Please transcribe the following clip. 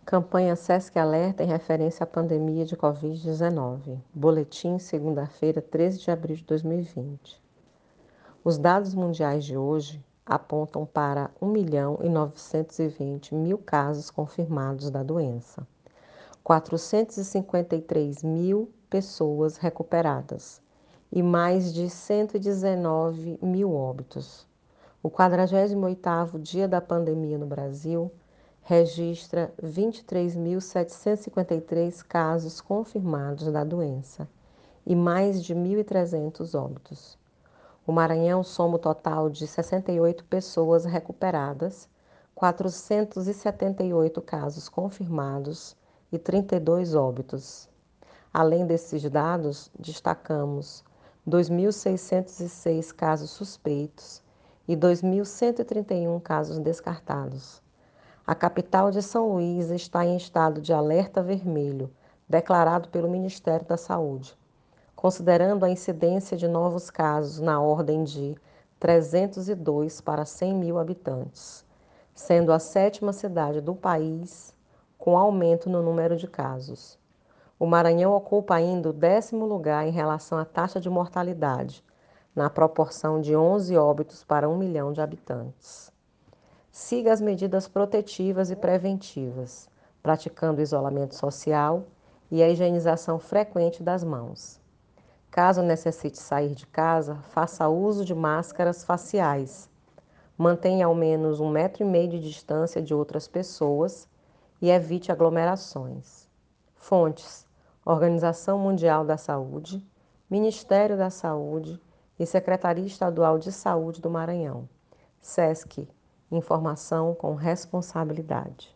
Campanha Sesc Alerta em referência à pandemia de Covid-19. Boletim, segunda-feira, 13 de abril de 2020. Os dados mundiais de hoje apontam para 1.920.000 casos confirmados da doença, 453 mil pessoas recuperadas e mais de 119 mil óbitos. O 48º dia da pandemia no Brasil registra 23.753 casos confirmados da doença e mais de 1.300 óbitos. O Maranhão soma o total de 68 pessoas recuperadas, 478 casos confirmados e 32 óbitos. Além desses dados, destacamos 2.606 casos suspeitos e 2.131 casos descartados. A capital de São Luís está em estado de alerta vermelho, declarado pelo Ministério da Saúde, considerando a incidência de novos casos na ordem de 302 para 100 mil habitantes, sendo a 7ª cidade do país com aumento no número de casos. O Maranhão ocupa ainda o 10º lugar em relação à taxa de mortalidade, na proporção de 11 óbitos para 1 milhão de habitantes. Siga as medidas protetivas e preventivas, praticando o isolamento social e a higienização frequente das mãos. Caso necessite sair de casa, faça uso de máscaras faciais. Mantenha ao menos 1,5 metro de distância de outras pessoas e evite aglomerações. Fontes: Organização Mundial da Saúde, Ministério da Saúde e Secretaria Estadual de Saúde do Maranhão. Sesc. Informação com responsabilidade.